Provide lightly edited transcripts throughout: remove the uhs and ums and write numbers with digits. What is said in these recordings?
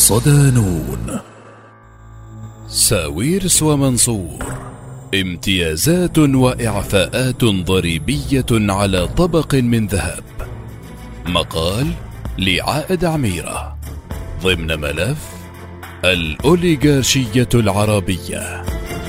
صدانون. ساويرس ومنصور، امتيازات وإعفاءات ضريبية على طبق من ذهب. مقال لعائد عميرة ضمن ملف الأوليغارشية العربية.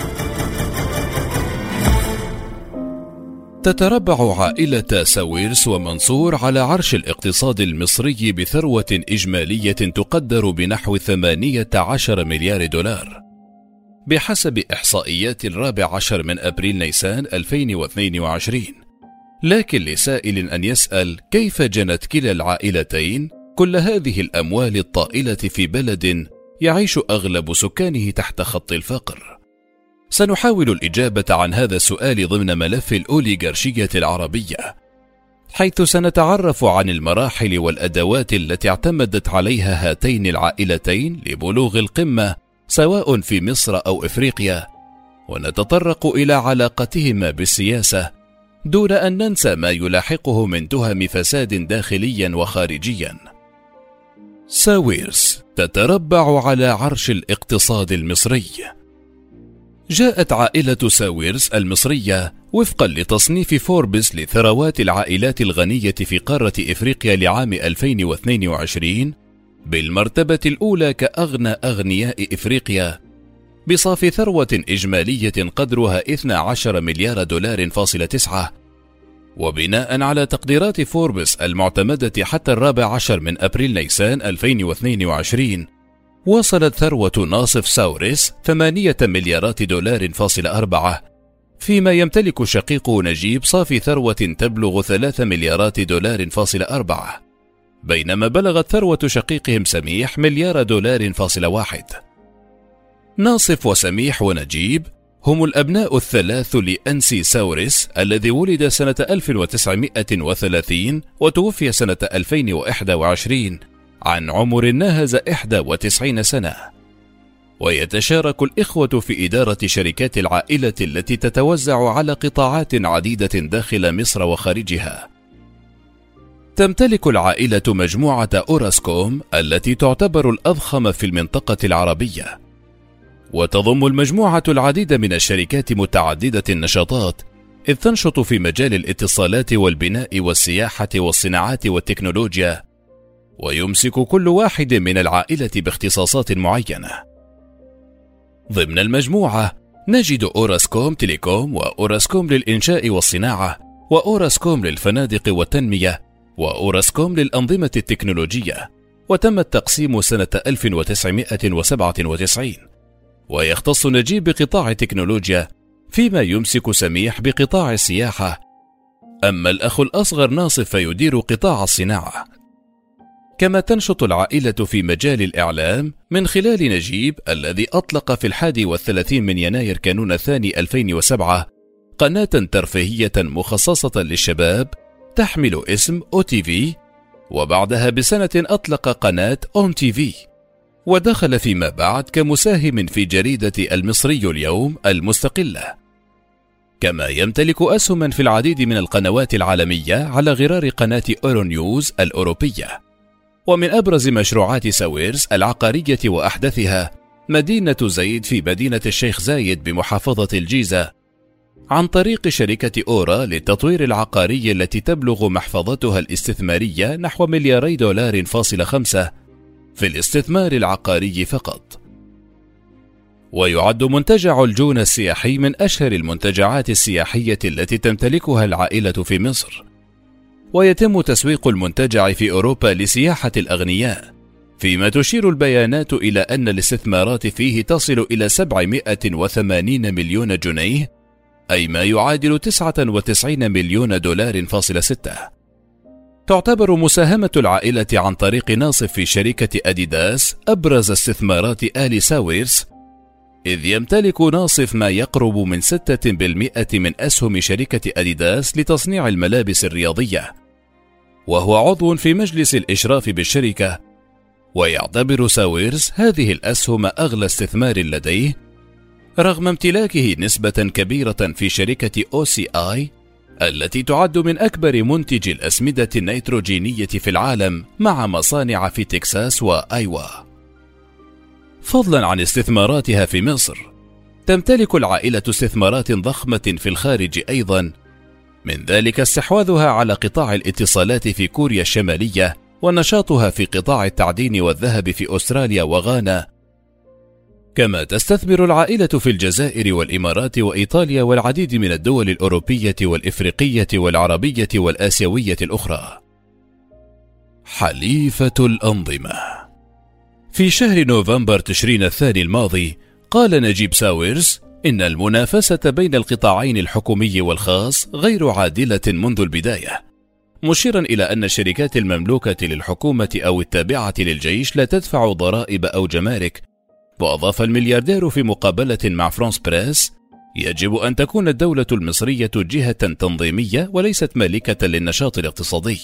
تتربع عائلة ساويرس ومنصور على عرش الاقتصاد المصري بثروة إجمالية تقدر بنحو 18 مليار دولار بحسب إحصائيات 14 من أبريل نيسان 2022. لكن لسائل أن يسأل: كيف جنت كلا العائلتين كل هذه الأموال الطائلة في بلد يعيش أغلب سكانه تحت خط الفقر؟ سنحاول الإجابة عن هذا السؤال ضمن ملف الأوليغارشية العربية، حيث سنتعرف عن المراحل والأدوات التي اعتمدت عليها هاتين العائلتين لبلوغ القمة سواء في مصر أو إفريقيا، ونتطرق إلى علاقتهما بالسياسة دون أن ننسى ما يلاحقه من تهم فساد داخليا وخارجيا. ساويرس تتربع على عرش الاقتصاد المصري. جاءت عائلة ساويرس المصرية وفقا لتصنيف فوربس لثروات العائلات الغنية في قارة إفريقيا لعام 2022 بالمرتبة الأولى كأغنى أغنياء إفريقيا، بصافي ثروة إجمالية قدرها 12 مليار دولار فاصلة 9. وبناء على تقديرات فوربس المعتمدة حتى 14 من أبريل نيسان 2022، وصلت ثروة ناصف ساويرس 8 مليارات دولار فاصلة 4، فيما يمتلك شقيقه نجيب صافي ثروة تبلغ 3 مليارات دولار فاصلة 4، بينما بلغت ثروة شقيقهم سميح مليار دولار فاصلة 1. ناصف وسميح ونجيب هم الأبناء الثلاث لأنسي ساويرس الذي ولد سنة 1930 وتوفي سنة 2021 عن عمر ناهز 91 سنة. ويتشارك الإخوة في إدارة شركات العائلة التي تتوزع على قطاعات عديدة داخل مصر وخارجها. تمتلك العائلة مجموعة أوراسكوم التي تعتبر الأضخم في المنطقة العربية، وتضم المجموعة العديد من الشركات متعددة النشاطات، إذ تنشط في مجال الاتصالات والبناء والسياحة والصناعات والتكنولوجيا، ويمسك كل واحد من العائلة باختصاصات معينة. ضمن المجموعة نجد أوراسكوم تيليكوم، وأوراسكوم للإنشاء والصناعة، وأوراسكوم للفنادق والتنمية، وأوراسكوم للأنظمة التكنولوجية، وتم التقسيم سنة 1997. ويختص نجيب بقطاع التكنولوجيا، فيما يمسك سميح بقطاع السياحة، أما الأخ الأصغر ناصف فيدير قطاع الصناعة. كما تنشط العائلة في مجال الإعلام من خلال نجيب الذي أطلق في 31 من يناير كانون الثاني 2007 قناة ترفيهية مخصصة للشباب تحمل اسم OTV، وبعدها بسنة أطلق قناة ONTV، ودخل فيما بعد كمساهم في جريدة المصري اليوم المستقلة. كما يمتلك أسهما في العديد من القنوات العالمية على غرار قناة أورونيوز الأوروبية. ومن أبرز مشروعات ساويرس العقارية وأحدثها مدينة زايد في مدينة الشيخ زايد بمحافظة الجيزة، عن طريق شركة أورا للتطوير العقاري التي تبلغ محفظتها الاستثمارية نحو ملياري دولار فاصلة 5 في الاستثمار العقاري فقط. ويعد منتجع الجونة السياحي من أشهر المنتجعات السياحية التي تمتلكها العائلة في مصر، ويتم تسويق المنتجع في أوروبا لسياحة الأغنياء، فيما تشير البيانات إلى أن الاستثمارات فيه تصل إلى 780 مليون جنيه، أي ما يعادل 99 مليون دولار فاصلة 6. تعتبر مساهمة العائلة عن طريق ناصف في شركة أديداس أبرز استثمارات آل ساويرس، إذ يمتلك ناصف ما يقرب من 6% من أسهم شركة أديداس لتصنيع الملابس الرياضية، وهو عضو في مجلس الإشراف بالشركة. ويعتبر ساويرس هذه الأسهم أغلى استثمار لديه، رغم امتلاكه نسبة كبيرة في شركة OCI التي تعد من أكبر منتج الأسمدة النيتروجينية في العالم، مع مصانع في تكساس وآيوا. فضلا عن استثماراتها في مصر، تمتلك العائلة استثمارات ضخمة في الخارج أيضا، من ذلك استحواذها على قطاع الاتصالات في كوريا الشمالية، ونشاطها في قطاع التعدين والذهب في أستراليا وغانا. كما تستثمر العائلة في الجزائر والإمارات وإيطاليا والعديد من الدول الأوروبية والإفريقية والعربية والآسيوية الأخرى. حليفة الأنظمة. في شهر نوفمبر تشرين الثاني الماضي، قال نجيب ساويرس إن المنافسة بين القطاعين الحكومي والخاص غير عادلة منذ البداية، مشيرا إلى أن الشركات المملوكة للحكومة أو التابعة للجيش لا تدفع ضرائب أو جمارك. وأضاف الملياردير في مقابلة مع فرانس بريس: يجب أن تكون الدولة المصرية جهة تنظيمية وليست مالكة للنشاط الاقتصادي.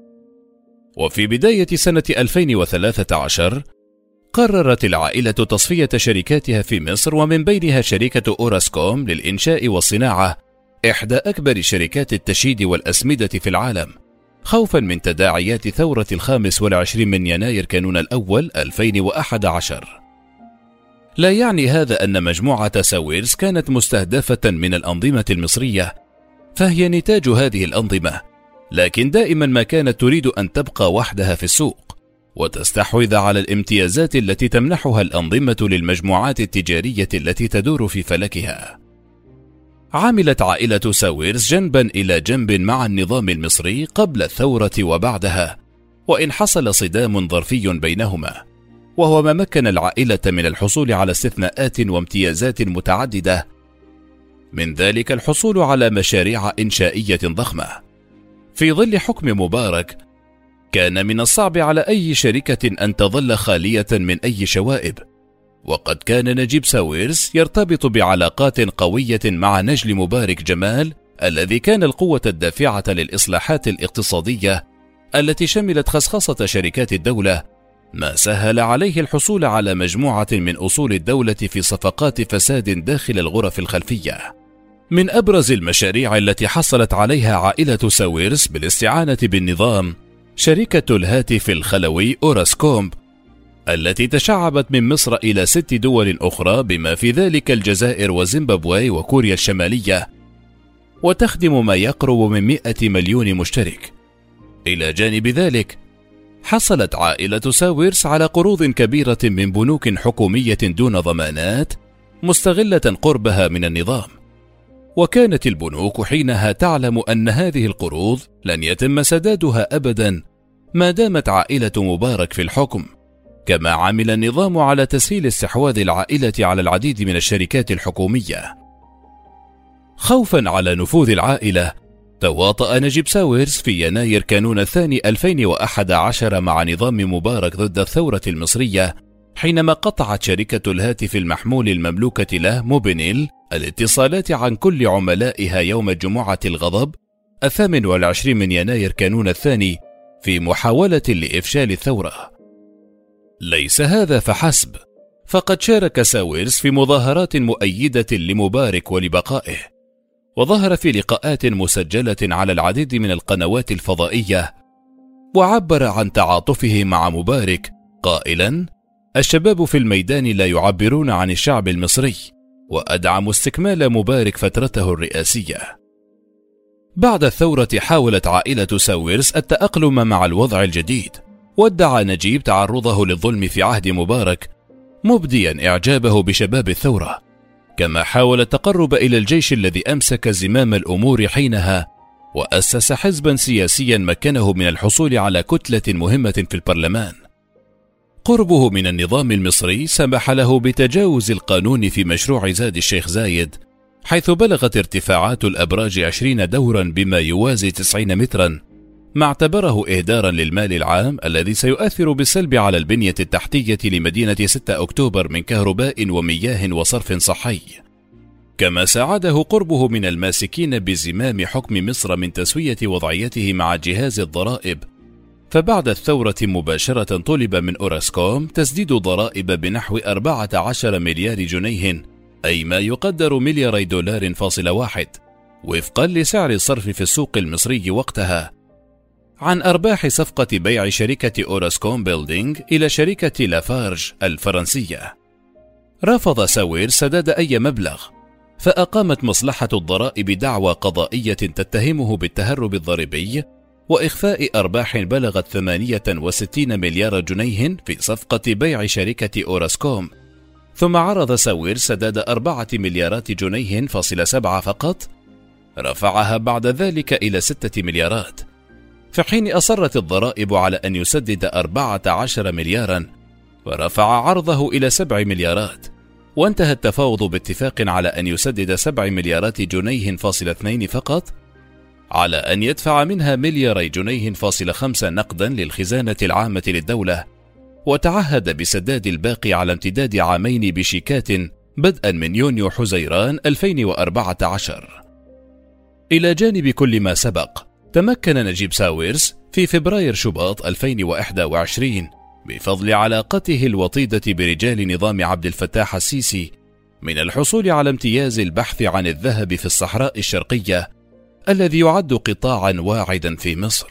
وفي بداية سنة 2013 قررت العائلة تصفية شركاتها في مصر، ومن بينها شركة أوراسكوم للإنشاء والصناعة، إحدى أكبر شركات التشييد والأسمدة في العالم، خوفا من تداعيات ثورة 25 من يناير كانون الأول 2011. لا يعني هذا أن مجموعة ساويرس كانت مستهدفة من الأنظمة المصرية، فهي نتاج هذه الأنظمة، لكن دائما ما كانت تريد أن تبقى وحدها في السوق وتستحوذ على الامتيازات التي تمنحها الأنظمة للمجموعات التجارية التي تدور في فلكها. عملت عائلة ساويرس جنبا إلى جنب مع النظام المصري قبل الثورة وبعدها، وإن حصل صدام ظرفي بينهما، وهو ما مكن العائلة من الحصول على استثناءات وامتيازات متعددة، من ذلك الحصول على مشاريع إنشائية ضخمة. في ظل حكم مبارك كان من الصعب على أي شركة أن تظل خالية من أي شوائب، وقد كان نجيب ساويرس يرتبط بعلاقات قوية مع نجل مبارك جمال، الذي كان القوة الدافعة للإصلاحات الاقتصادية التي شملت خصخصة شركات الدولة، ما سهل عليه الحصول على مجموعة من أصول الدولة في صفقات فساد داخل الغرف الخلفية. من أبرز المشاريع التي حصلت عليها عائلة ساويرس بالاستعانة بالنظام شركة الهاتف الخلوي أوراسكوم، التي تشعبت من مصر إلى 6 دول أخرى بما في ذلك الجزائر وزيمبابوي وكوريا الشمالية، وتخدم ما يقرب من 100 مليون مشترك. إلى جانب ذلك حصلت عائلة ساويرس على قروض كبيرة من بنوك حكومية دون ضمانات، مستغلة قربها من النظام، وكانت البنوك حينها تعلم أن هذه القروض لن يتم سدادها أبدا ما دامت عائلة مبارك في الحكم. كما عمل النظام على تسهيل استحواذ العائلة على العديد من الشركات الحكومية. خوفا على نفوذ العائلة، تواطأ نجيب ساويرس في يناير كانون الثاني 2011 مع نظام مبارك ضد الثورة المصرية، حينما قطعت شركة الهاتف المحمول المملوكة له موبينيل الاتصالات عن كل عملائها يوم الجمعة الغضب 28 من يناير كانون الثاني، في محاولة لإفشال الثورة. ليس هذا فحسب، فقد شارك ساويرس في مظاهرات مؤيدة لمبارك ولبقائه، وظهر في لقاءات مسجلة على العديد من القنوات الفضائية، وعبر عن تعاطفه مع مبارك قائلا: الشباب في الميدان لا يعبرون عن الشعب المصري، وأدعم استكمال مبارك فترته الرئاسية. بعد الثورة حاولت عائلة ساويرس التأقلم مع الوضع الجديد، وادعى نجيب تعرضه للظلم في عهد مبارك، مبديا إعجابه بشباب الثورة، كما حاول التقرب إلى الجيش الذي أمسك زمام الأمور حينها، وأسس حزبا سياسيا مكنه من الحصول على كتلة مهمة في البرلمان. قربه من النظام المصري سمح له بتجاوز القانون في مشروع زاد الشيخ زايد، حيث بلغت ارتفاعات الأبراج 20 دورا بما يوازي 90 مترا، ما اعتبره إهدارا للمال العام الذي سيؤثر بالسلب على البنية التحتية لمدينة 6 أكتوبر من كهرباء ومياه وصرف صحي. كما ساعده قربه من الماسكين بزمام حكم مصر من تسوية وضعيته مع جهاز الضرائب، فبعد الثورة مباشرة طلب من أوراسكوم تسديد ضرائب بنحو 14 مليار جنيه، أي ما يقدر $2 مليار، وفقا لسعر الصرف في السوق المصري وقتها، عن أرباح صفقة بيع شركة أوراسكوم بيلدينج إلى شركة لافارج الفرنسية. رفض ساوير سداد أي مبلغ، فأقامت مصلحة الضرائب دعوى قضائية تتهمه بالتهرب الضريبي وإخفاء أرباح بلغت 68 مليار جنيه في صفقة بيع شركة أوراسكوم، ثم عرض ساوير سداد 4 مليارات جنيه فاصلة 7 فقط، رفعها بعد ذلك إلى 6 مليارات، في حين أصرت الضرائب على أن يسدد 14 مليارا، ورفع عرضه إلى 7 مليارات، وانتهى التفاوض باتفاق على أن يسدد 7 مليارات جنيه فاصلة 2 فقط، على أن يدفع منها 2 مليار جنيه فاصلة 5 نقدا للخزانة العامة للدولة، وتعهد بسداد الباقي على امتداد عامين بشيكات بدءا من يونيو حزيران 2014. إلى جانب كل ما سبق، تمكن نجيب ساويرس في فبراير شباط 2021 بفضل علاقته الوطيدة برجال نظام عبد الفتاح السيسي من الحصول على امتياز البحث عن الذهب في الصحراء الشرقية، الذي يعد قطاعا واعدا في مصر.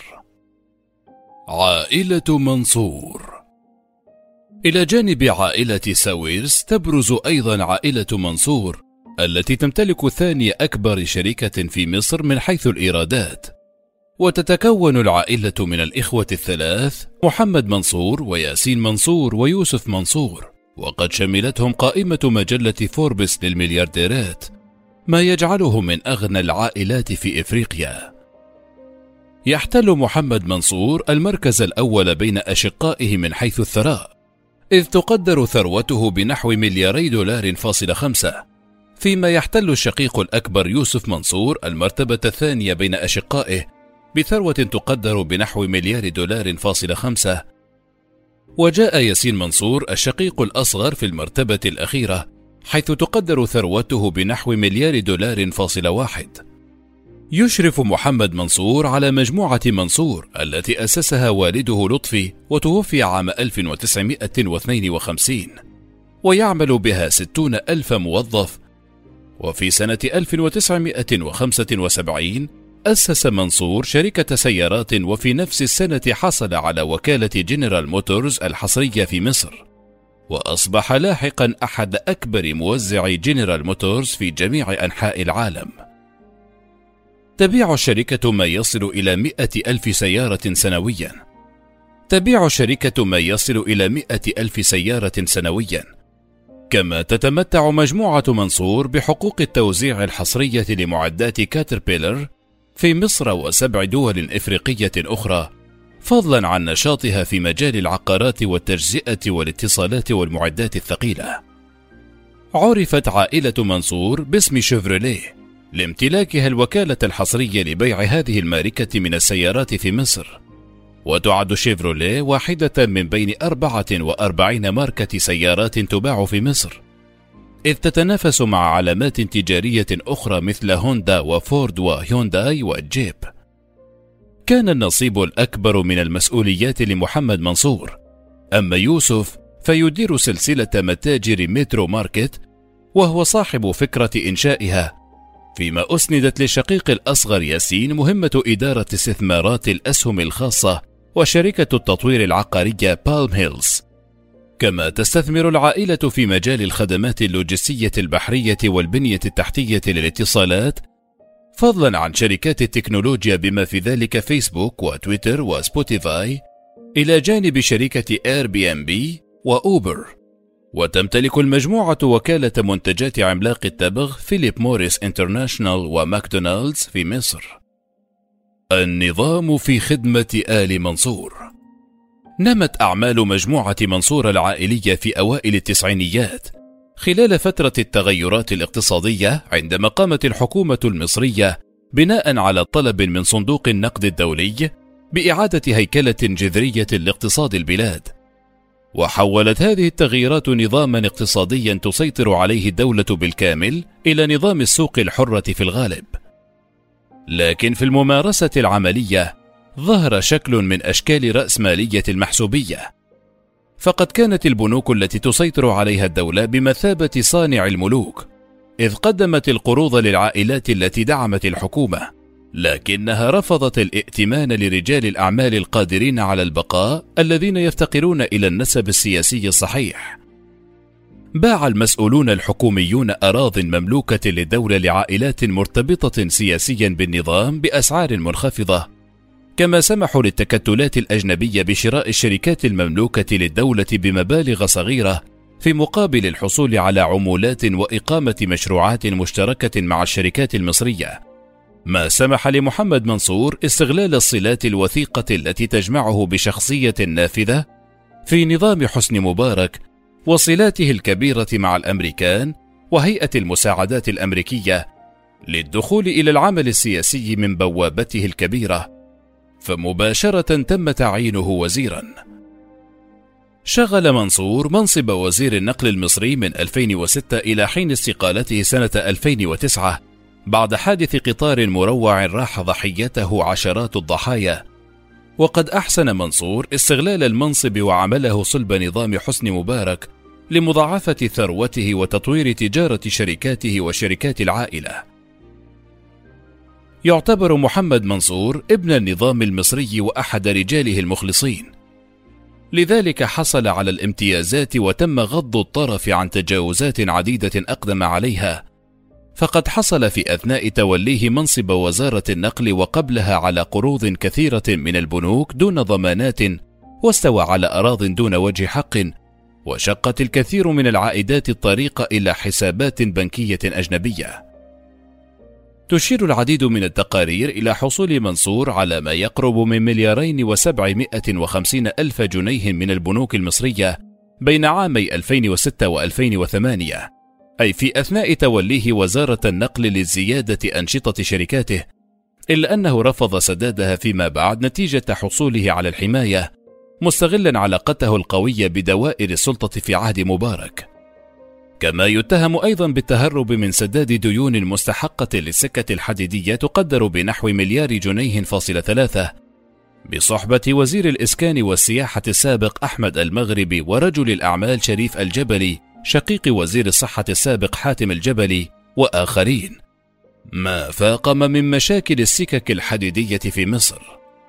عائلة منصور. إلى جانب عائلة ساويرس تبرز أيضا عائلة منصور، التي تمتلك ثاني أكبر شركة في مصر من حيث الإيرادات، وتتكون العائلة من الإخوة الثلاث محمد منصور وياسين منصور ويوسف منصور، وقد شملتهم قائمة مجلة فوربس للمليارديرات، ما يجعله من أغنى العائلات في إفريقيا. يحتل محمد منصور المركز الأول بين أشقائه من حيث الثراء، إذ تقدر ثروته بنحو 2 مليار دولار فاصلة 5، فيما يحتل الشقيق الأكبر يوسف منصور المرتبة الثانية بين أشقائه بثروة تقدر بنحو 1 مليار دولار فاصلة 5، وجاء ياسين منصور الشقيق الأصغر في المرتبة الأخيرة، حيث تقدر ثروته بنحو 1 مليار دولار فاصلة 1. يشرف محمد منصور على مجموعة منصور التي أسسها والده لطفي وتوفي عام 1952، ويعمل بها 60,000 موظف. وفي سنة 1975 أسس منصور شركة سيارات، وفي نفس السنة حصل على وكالة جنرال موتورز الحصرية في مصر، وأصبح لاحقا أحد أكبر موزعي جنرال موتورز في جميع أنحاء العالم. تبيع الشركة ما يصل إلى 100,000 سيارة سنويا. كما تتمتع مجموعة منصور بحقوق التوزيع الحصرية لمعدات كاتربيلر في مصر و7 دول إفريقية أخرى، فضلا عن نشاطها في مجال العقارات والتجزئة والاتصالات والمعدات الثقيلة. عرفت عائلة منصور باسم شيفروليه لامتلاكها الوكالة الحصرية لبيع هذه الماركة من السيارات في مصر، وتعد شيفروليه واحدة من بين 44 ماركة سيارات تباع في مصر، إذ تتنافس مع علامات تجارية أخرى مثل هوندا وفورد وهيونداي وجيب. كان النصيب الأكبر من المسؤوليات لمحمد منصور. أما يوسف فيدير سلسلة متاجر مترو ماركت، وهو صاحب فكرة إنشائها، فيما أسندت للشقيق الأصغر ياسين مهمة إدارة استثمارات الأسهم الخاصة وشركة التطوير العقارية بالم هيلز. كما تستثمر العائلة في مجال الخدمات اللوجستية البحرية والبنية التحتية للاتصالات، فضلا عن شركات التكنولوجيا بما في ذلك فيسبوك وتويتر وسبوتيفاي، إلى جانب شركة Airbnb وأوبر. وتمتلك المجموعة وكالة منتجات عملاق التبغ فيليب موريس انترناشنال وماكدونالدز في مصر. النظام في خدمة آل منصور. نمت أعمال مجموعة منصور العائلية في أوائل التسعينيات خلال فترة التغيرات الاقتصادية، عندما قامت الحكومة المصرية بناء على طلب من صندوق النقد الدولي بإعادة هيكلة جذرية لاقتصاد البلاد، وحولت هذه التغييرات نظاما اقتصاديا تسيطر عليه الدولة بالكامل إلى نظام السوق الحرة في الغالب. لكن في الممارسة العملية ظهر شكل من أشكال رأسمالية المحسوبية، فقد كانت البنوك التي تسيطر عليها الدولة بمثابة صانع الملوك، إذ قدمت القروض للعائلات التي دعمت الحكومة، لكنها رفضت الائتمان لرجال الأعمال القادرين على البقاء الذين يفتقرون إلى النسب السياسي الصحيح. باع المسؤولون الحكوميون أراضٍ مملوكة للدولة لعائلات مرتبطة سياسيا بالنظام بأسعار منخفضة، كما سمحوا للتكتلات الأجنبية بشراء الشركات المملوكة للدولة بمبالغ صغيرة في مقابل الحصول على عمولات وإقامة مشروعات مشتركة مع الشركات المصرية، ما سمح لمحمد منصور استغلال الصلات الوثيقة التي تجمعه بشخصية نافذة في نظام حسني مبارك وصلاته الكبيرة مع الأمريكان وهيئة المساعدات الأمريكية للدخول إلى العمل السياسي من بوابته الكبيرة، فمباشرة تم تعيينه وزيرا. شغل منصور منصب وزير النقل المصري من 2006 إلى حين استقالته سنة 2009 بعد حادث قطار مروع راح ضحيته عشرات الضحايا. وقد أحسن منصور استغلال المنصب وعمله صلب نظام حسني مبارك لمضاعفة ثروته وتطوير تجارة شركاته وشركات العائلة. يعتبر محمد منصور ابن النظام المصري وأحد رجاله المخلصين، لذلك حصل على الامتيازات وتم غض الطرف عن تجاوزات عديدة أقدم عليها، فقد حصل في أثناء توليه منصب وزارة النقل وقبلها على قروض كثيرة من البنوك دون ضمانات، واستوى على أراضٍ دون وجه حق، وشقت الكثير من العائدات الطريق إلى حسابات بنكية أجنبية. تشير العديد من التقارير إلى حصول منصور على ما يقرب من 2,750,000 جنيه من البنوك المصرية بين عامي 2006 و2008، أي في أثناء توليه وزارة النقل لزيادة أنشطة شركاته، إلا أنه رفض سدادها فيما بعد نتيجة حصوله على الحماية، مستغلا علاقته القوية بدوائر السلطة في عهد مبارك. كما يتهم أيضا بالتهرب من سداد ديون مستحقة للسكة الحديدية تقدر بنحو مليار جنيه فاصلة 3 بصحبة وزير الإسكان والسياحة السابق أحمد المغربي ورجل الأعمال شريف الجبلي شقيق وزير الصحة السابق حاتم الجبلي وآخرين، ما فاقم من مشاكل السكك الحديدية في مصر.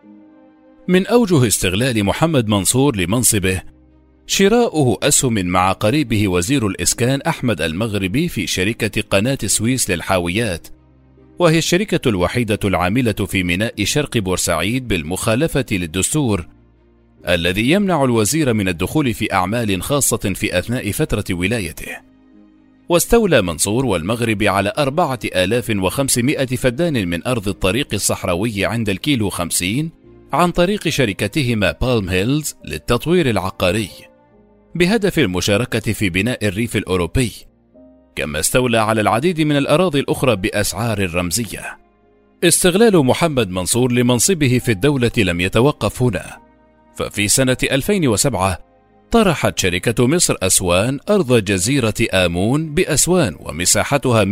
من أوجه استغلال محمد منصور لمنصبه شراؤه أسهم مع قريبه وزير الإسكان أحمد المغربي في شركة قناة سويس للحاويات، وهي الشركة الوحيدة العاملة في ميناء شرق بورسعيد بالمخالفة للدستور الذي يمنع الوزير من الدخول في أعمال خاصة في أثناء فترة ولايته. واستولى منصور والمغربي على 4,500 فدان من أرض الطريق الصحراوي عند الكيلو 50 عن طريق شركتهما بالم هيلز للتطوير العقاري بهدف المشاركة في بناء الريف الأوروبي، كما استولى على العديد من الأراضي الأخرى بأسعار رمزية. استغلال محمد منصور لمنصبه في الدولة لم يتوقف هنا، ففي سنة 2007 طرحت شركة مصر أسوان أرض جزيرة آمون بأسوان ومساحتها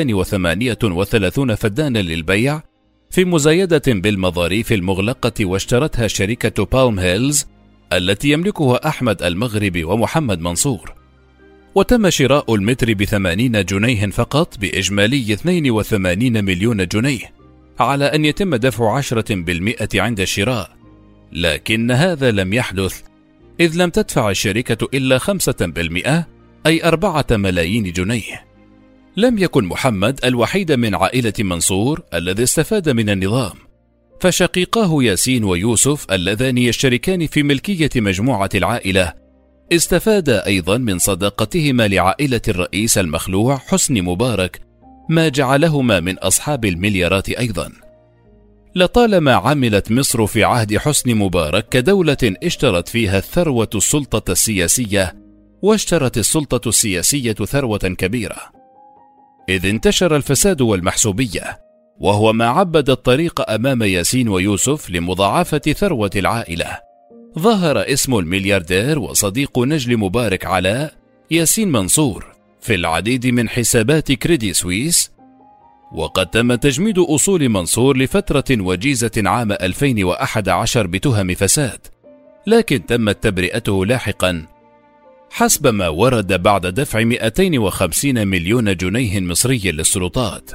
238 فدانا للبيع في مزايدة بالمظاريف المغلقة، واشترتها شركة بالم هيلز التي يملكها أحمد المغربي ومحمد منصور، وتم شراء المتر ب80 جنيه فقط بإجمالي 82 مليون جنيه، على أن يتم دفع 10% عند الشراء، لكن هذا لم يحدث إذ لم تدفع الشركة إلا 5%، أي 4 ملايين جنيه. لم يكن محمد الوحيد من عائلة منصور الذي استفاد من النظام، فشقيقاه ياسين ويوسف اللذان يشتركان في ملكية مجموعة العائلة استفادا أيضا من صداقتهما لعائلة الرئيس المخلوع حسني مبارك، ما جعلهما من أصحاب المليارات أيضا. لطالما عملت مصر في عهد حسني مبارك كدولة اشترت فيها الثروة السلطة السياسية، واشترت السلطة السياسية ثروة كبيرة، إذ انتشر الفساد والمحسوبية، وهو ما عبد الطريق أمام ياسين ويوسف لمضاعفة ثروة العائلة. ظهر اسم الملياردير وصديق نجل مبارك علاء ياسين منصور في العديد من حسابات كريدي سويس، وقد تم تجميد أصول منصور لفترة وجيزة عام 2011 بتهم فساد، لكن تمت تبرئته لاحقا حسب ما ورد بعد دفع 250 مليون جنيه مصري للسلطات.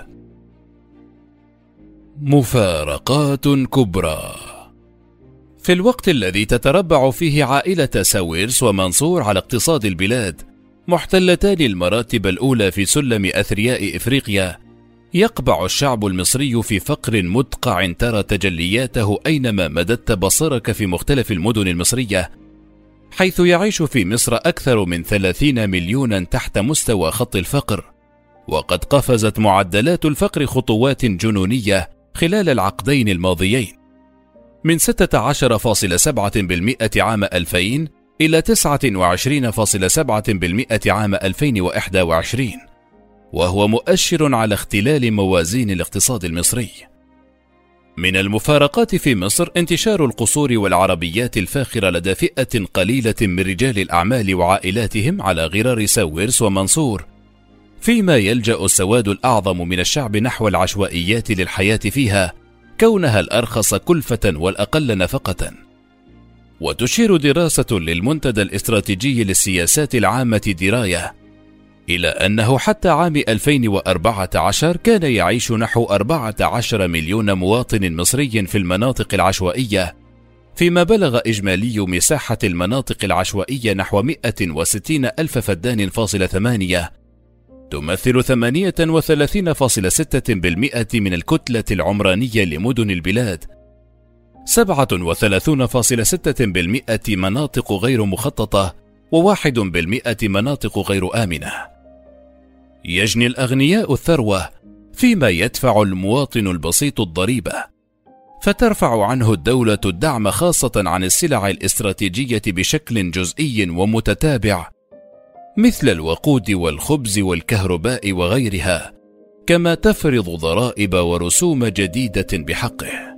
مفارقات كبرى. في الوقت الذي تتربع فيه عائلة ساويرس ومنصور على اقتصاد البلاد، محتلتان المراتب الأولى في سلم أثرياء إفريقيا، يقبع الشعب المصري في فقر مدقع ترى تجلياته أينما مددت بصرك في مختلف المدن المصرية، حيث يعيش في مصر أكثر من 30 مليونا تحت مستوى خط الفقر، وقد قفزت معدلات الفقر خطوات جنونية خلال العقدين الماضيين، من 16.7% عام 2000 إلى 29.7% عام 2021، وهو مؤشر على اختلال موازين الاقتصاد المصري. من المفارقات في مصر انتشار القصور والعربيات الفاخرة لدى فئة قليلة من رجال الأعمال وعائلاتهم على غرار ساويرس ومنصور، فيما يلجأ السواد الأعظم من الشعب نحو العشوائيات للحياة فيها، كونها الأرخص كلفة والأقل نفقة. وتشير دراسة للمنتدى الاستراتيجي للسياسات العامة دراية إلى أنه حتى عام 2014 كان يعيش نحو 14 مليون مواطن مصري في المناطق العشوائية، فيما بلغ إجمالي مساحة المناطق العشوائية نحو 160 ألف فدان.8، تمثل 38.6% من الكتلة العمرانية لمدن البلاد، 37.6% مناطق غير مخططة، و1% مناطق غير آمنة. يجني الأغنياء الثروة، فيما يدفع المواطن البسيط الضريبة، فترفع عنه الدولة الدعم خاصة عن السلع الاستراتيجية بشكل جزئي ومتتابع، مثل الوقود والخبز والكهرباء وغيرها، كما تفرض ضرائب ورسوم جديدة بحقه.